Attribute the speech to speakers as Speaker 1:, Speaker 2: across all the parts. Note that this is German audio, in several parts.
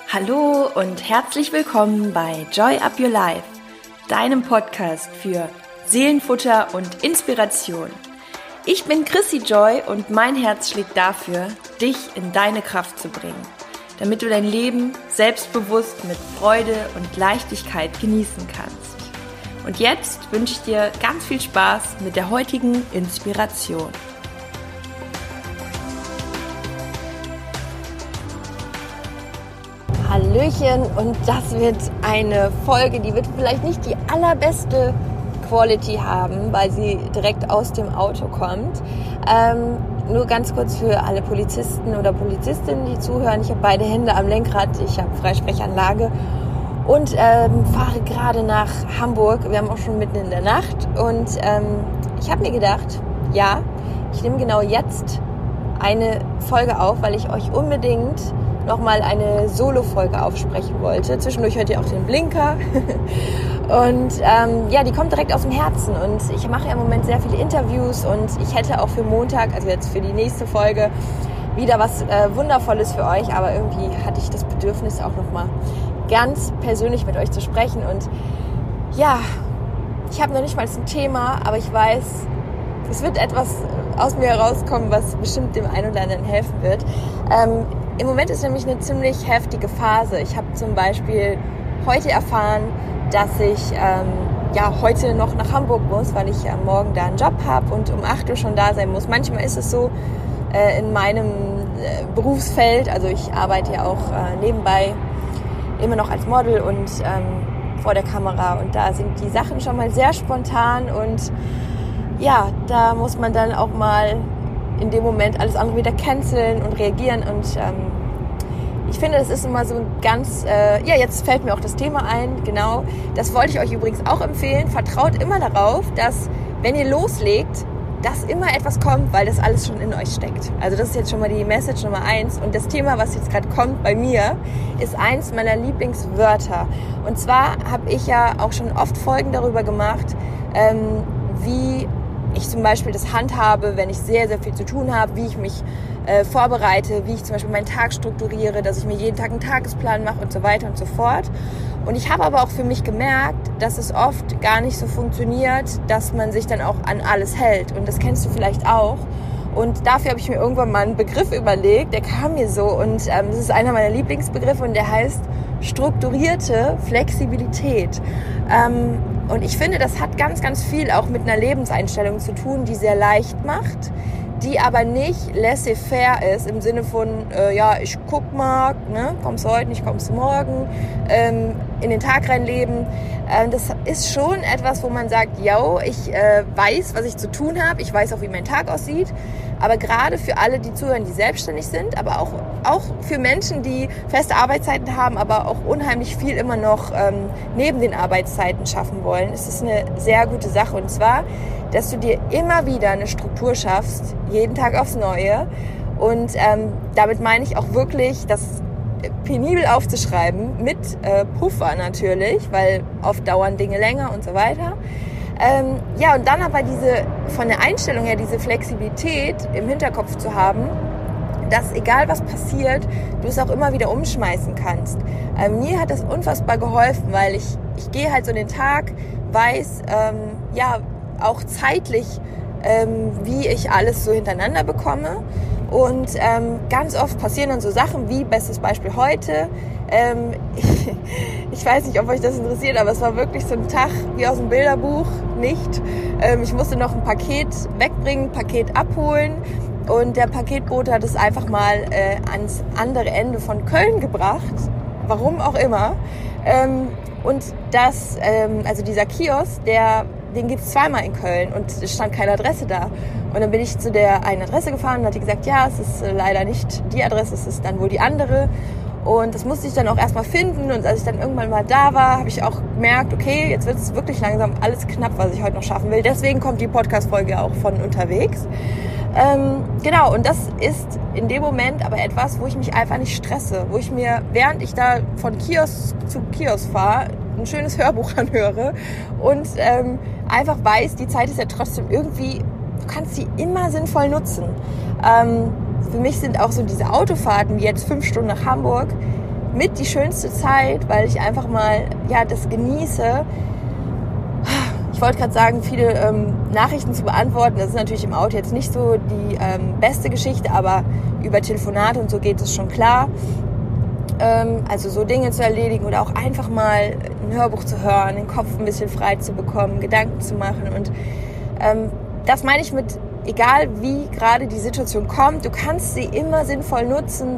Speaker 1: Hallo und herzlich willkommen bei Joy Up Your Life, deinem Podcast für Seelenfutter und Inspiration. Ich bin Chrissy Joy und mein Herz schlägt dafür, dich in deine Kraft zu bringen, damit du dein Leben selbstbewusst mit Freude und Leichtigkeit genießen kannst. Und jetzt wünsche ich dir ganz viel Spaß mit der heutigen Inspiration. Hallöchen, und das wird eine Folge, die wird vielleicht nicht die allerbeste Quality haben, weil sie direkt aus dem Auto kommt. Nur ganz kurz für alle Polizisten oder Polizistinnen, die zuhören. Ich habe beide Hände am Lenkrad, ich habe Freisprechanlage und fahre gerade nach Hamburg. Wir haben auch schon mitten in der Nacht und ich habe mir gedacht, ja, ich nehme genau jetzt eine Folge auf, weil ich euch unbedingt nochmal eine Solo-Folge aufsprechen wollte. Zwischendurch hört ihr auch den Blinker. Und die kommt direkt aus dem Herzen. Und ich mache ja im Moment sehr viele Interviews und ich hätte auch für Montag, also jetzt für die nächste Folge, wieder was Wundervolles für euch. Aber irgendwie hatte ich das Bedürfnis, auch nochmal ganz persönlich mit euch zu sprechen. Und ja, ich habe noch nicht mal ein Thema, aber ich weiß, es wird etwas aus mir herauskommen, was bestimmt dem einen oder anderen helfen wird. Im Moment ist nämlich eine ziemlich heftige Phase. Ich habe zum Beispiel heute erfahren, dass ich heute noch nach Hamburg muss, weil ich am Morgen da einen Job habe und um 8 Uhr schon da sein muss. Manchmal ist es so in meinem Berufsfeld, also ich arbeite ja auch nebenbei immer noch als Model und vor der Kamera, und da sind die Sachen schon mal sehr spontan und ja, da muss man dann auch mal in dem Moment alles andere wieder canceln und reagieren. Und ich finde, das ist immer so ein ganz, jetzt fällt mir auch das Thema ein, genau. Das wollte ich euch übrigens auch empfehlen. Vertraut immer darauf, dass, wenn ihr loslegt, dass immer etwas kommt, weil das alles schon in euch steckt. Also das ist jetzt schon mal die Message Nummer 1. Und das Thema, was jetzt gerade kommt bei mir, ist eins meiner Lieblingswörter. Und zwar habe ich ja auch schon oft Folgen darüber gemacht, wie ich zum Beispiel das handhabe, wenn ich sehr, sehr viel zu tun habe, wie ich mich vorbereite, wie ich zum Beispiel meinen Tag strukturiere, dass ich mir jeden Tag einen Tagesplan mache und so weiter und so fort. Und ich habe aber auch für mich gemerkt, dass es oft gar nicht so funktioniert, dass man sich dann auch an alles hält. Und das kennst du vielleicht auch. Und dafür habe ich mir irgendwann mal einen Begriff überlegt, der kam mir so. Und das ist einer meiner Lieblingsbegriffe und der heißt strukturierte Flexibilität. Und ich finde, das hat ganz, ganz viel auch mit einer Lebenseinstellung zu tun, die sehr leicht macht, die aber nicht laissez-faire ist, im Sinne von, ich guck mal, ne, kommst du heute nicht, kommst du morgen, in den Tag reinleben. Das ist schon etwas, wo man sagt, ich weiß, was ich zu tun habe, ich weiß auch, wie mein Tag aussieht, aber gerade für alle, die zuhören, die selbstständig sind, aber auch für Menschen, die feste Arbeitszeiten haben, aber auch unheimlich viel immer noch neben den Arbeitszeiten schaffen wollen, ist es eine sehr gute Sache. Und zwar, dass du dir immer wieder eine Struktur schaffst, jeden Tag aufs Neue. Und damit meine ich auch wirklich, das penibel aufzuschreiben, mit Puffer natürlich, weil oft dauern Dinge länger und so weiter. Und dann aber von der Einstellung her diese Flexibilität im Hinterkopf zu haben, dass egal was passiert, du es auch immer wieder umschmeißen kannst. Mir hat das unfassbar geholfen, weil ich gehe halt so den Tag, weiß, auch zeitlich, wie ich alles so hintereinander bekomme. Und ganz oft passieren dann so Sachen wie, bestes Beispiel heute, ich weiß nicht, ob euch das interessiert, aber es war wirklich so ein Tag wie aus dem Bilderbuch, nicht. Ich musste noch ein Paket wegbringen, Paket abholen und der Paketbote hat es einfach mal ans andere Ende von Köln gebracht, warum auch immer. Und das, also dieser Kiosk, den gibt es zweimal in Köln und es stand keine Adresse da. Und dann bin ich zu der einen Adresse gefahren und hat die gesagt, ja, es ist leider nicht die Adresse, es ist dann wohl die andere. Und das musste ich dann auch erstmal finden. Und als ich dann irgendwann mal da war, habe ich auch gemerkt, okay, jetzt wird es wirklich langsam alles knapp, was ich heute noch schaffen will. Deswegen kommt die Podcast-Folge auch von unterwegs. Und das ist in dem Moment aber etwas, wo ich mich einfach nicht stresse. Wo ich mir, während ich da von Kiosk zu Kiosk fahre, ein schönes Hörbuch anhöre und einfach weiß, die Zeit ist ja trotzdem irgendwie, du kannst sie immer sinnvoll nutzen. Für mich sind auch so diese Autofahrten, wie jetzt 5 Stunden nach Hamburg, mit die schönste Zeit, weil ich einfach mal das genieße. Ich wollte gerade sagen, viele Nachrichten zu beantworten. Das ist natürlich im Auto jetzt nicht so die beste Geschichte, aber über Telefonate und so geht es schon klar. Also so Dinge zu erledigen oder auch einfach mal ein Hörbuch zu hören, den Kopf ein bisschen frei zu bekommen, Gedanken zu machen. Und das meine ich mit, egal wie gerade die Situation kommt, du kannst sie immer sinnvoll nutzen.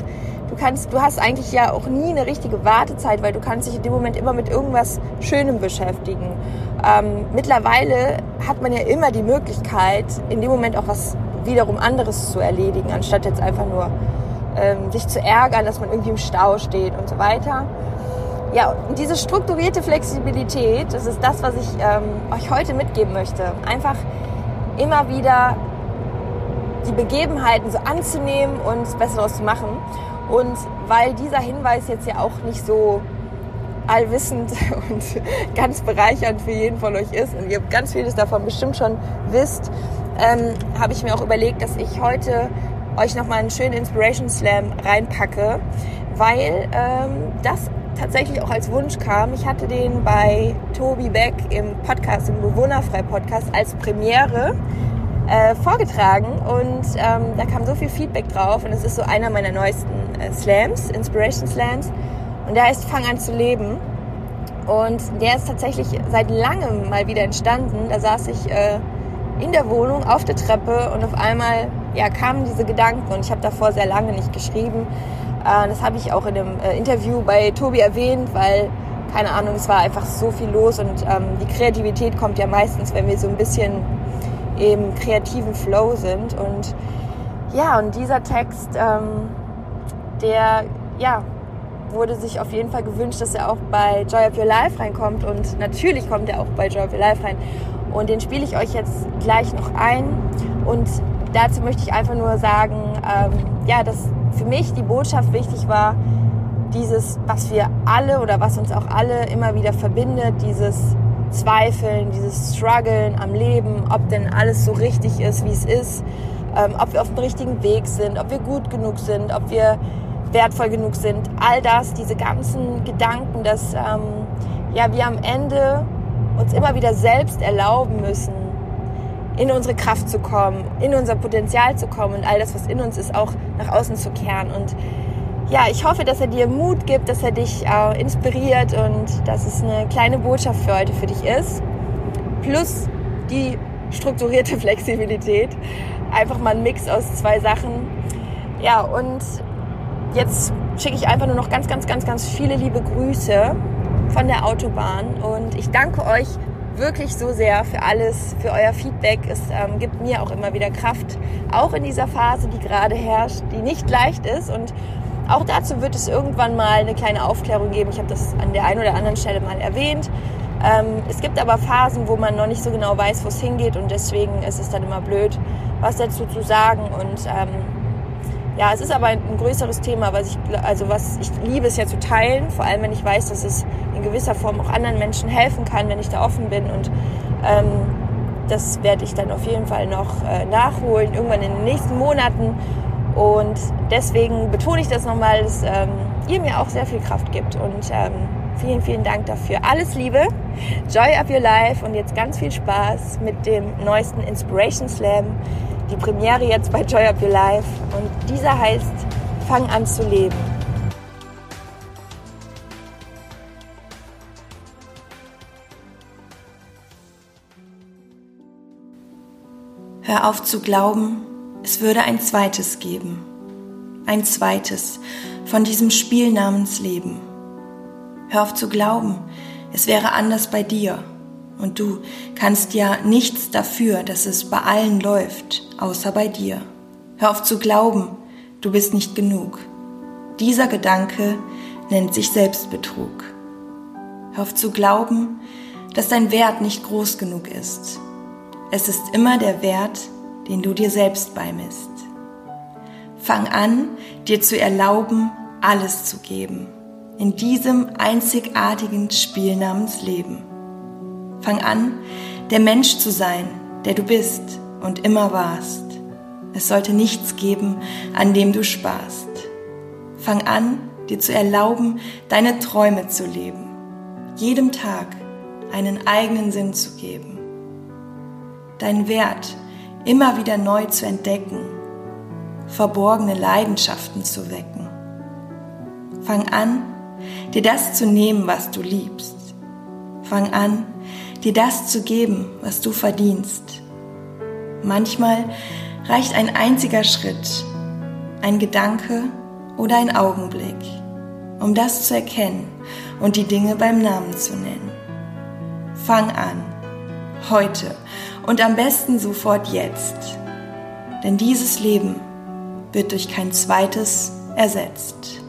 Speaker 1: Du hast eigentlich ja auch nie eine richtige Wartezeit, weil du kannst dich in dem Moment immer mit irgendwas Schönem beschäftigen. Mittlerweile hat man ja immer die Möglichkeit, in dem Moment auch was wiederum anderes zu erledigen, anstatt jetzt einfach nur sich zu ärgern, dass man irgendwie im Stau steht und so weiter. Ja, und diese strukturierte Flexibilität, das ist das, was ich euch heute mitgeben möchte. Einfach immer wieder die Begebenheiten so anzunehmen und das Beste daraus zu machen. Und weil dieser Hinweis jetzt ja auch nicht so allwissend und ganz bereichernd für jeden von euch ist und ihr ganz vieles davon bestimmt schon wisst, habe ich mir auch überlegt, dass ich heute euch nochmal einen schönen Inspiration Slam reinpacke, weil das tatsächlich auch als Wunsch kam. Ich hatte den bei Tobi Beck im Podcast, im Bewohnerfrei-Podcast als Premiere vorgetragen und da kam so viel Feedback drauf und es ist so einer meiner neuesten Slams, Inspiration Slams, und der heißt Fang an zu leben und der ist tatsächlich seit langem mal wieder entstanden. Da saß ich in der Wohnung auf der Treppe und auf einmal kamen diese Gedanken und ich habe davor sehr lange nicht geschrieben. Das habe ich auch in einem Interview bei Tobi erwähnt, weil, keine Ahnung, es war einfach so viel los und die Kreativität kommt ja meistens, wenn wir so ein bisschen im kreativen Flow sind. Und und dieser Text, der wurde sich auf jeden Fall gewünscht, dass er auch bei Joy of Your Life reinkommt und natürlich kommt er auch bei Joy of Your Life rein. Und den spiele ich euch jetzt gleich noch ein und dazu möchte ich einfach nur sagen, dass für mich die Botschaft wichtig war, dieses, was wir alle oder was uns auch alle immer wieder verbindet, dieses Zweifeln, dieses Struggeln am Leben, ob denn alles so richtig ist, wie es ist, ob wir auf dem richtigen Weg sind, ob wir gut genug sind, ob wir wertvoll genug sind. All das, diese ganzen Gedanken, dass wir am Ende uns immer wieder selbst erlauben müssen, in unsere Kraft zu kommen, in unser Potenzial zu kommen und all das, was in uns ist, auch nach außen zu kehren. Und ich hoffe, dass er dir Mut gibt, dass er dich inspiriert und dass es eine kleine Botschaft für heute für dich ist. Plus die strukturierte Flexibilität. Einfach mal ein Mix aus zwei Sachen. Ja, und jetzt schicke ich einfach nur noch ganz, ganz, ganz, ganz viele liebe Grüße von der Autobahn und ich danke euch wirklich so sehr für alles, für euer Feedback. Es gibt mir auch immer wieder Kraft, auch in dieser Phase, die gerade herrscht, die nicht leicht ist. Und auch dazu wird es irgendwann mal eine kleine Aufklärung geben. Ich habe das an der einen oder anderen Stelle mal erwähnt. Es gibt aber Phasen, wo man noch nicht so genau weiß, wo es hingeht und deswegen ist es dann immer blöd, was dazu zu sagen. Und es ist aber ein größeres Thema, was ich liebe es ja zu teilen, vor allem wenn ich weiß, dass es in gewisser Form auch anderen Menschen helfen kann, wenn ich da offen bin und das werde ich dann auf jeden Fall noch nachholen, irgendwann in den nächsten Monaten und deswegen betone ich das nochmal, dass ihr mir auch sehr viel Kraft gibt und vielen, vielen Dank dafür. Alles Liebe, Joy of Your Life und jetzt ganz viel Spaß mit dem neuesten Inspiration Slam. Die Premiere jetzt bei Joy of Your Life und dieser heißt Fang an zu leben.
Speaker 2: Hör auf zu glauben, es würde ein zweites geben. Ein zweites von diesem Spiel namens Leben. Hör auf zu glauben, es wäre anders bei dir. Und du kannst ja nichts dafür, dass es bei allen läuft, außer bei dir. Hör auf zu glauben, du bist nicht genug. Dieser Gedanke nennt sich Selbstbetrug. Hör auf zu glauben, dass dein Wert nicht groß genug ist. Es ist immer der Wert, den du dir selbst beimisst. Fang an, dir zu erlauben, alles zu geben, in diesem einzigartigen Spiel namens Leben. Fang an, der Mensch zu sein, der du bist und immer warst. Es sollte nichts geben, an dem du sparst. Fang an, dir zu erlauben, deine Träume zu leben, jedem Tag einen eigenen Sinn zu geben, deinen Wert immer wieder neu zu entdecken, verborgene Leidenschaften zu wecken. Fang an, dir das zu nehmen, was du liebst. Fang an, dir das zu geben, was du verdienst. Manchmal reicht ein einziger Schritt, ein Gedanke oder ein Augenblick, um das zu erkennen und die Dinge beim Namen zu nennen. Fang an, heute und am besten sofort jetzt, denn dieses Leben wird durch kein zweites ersetzt.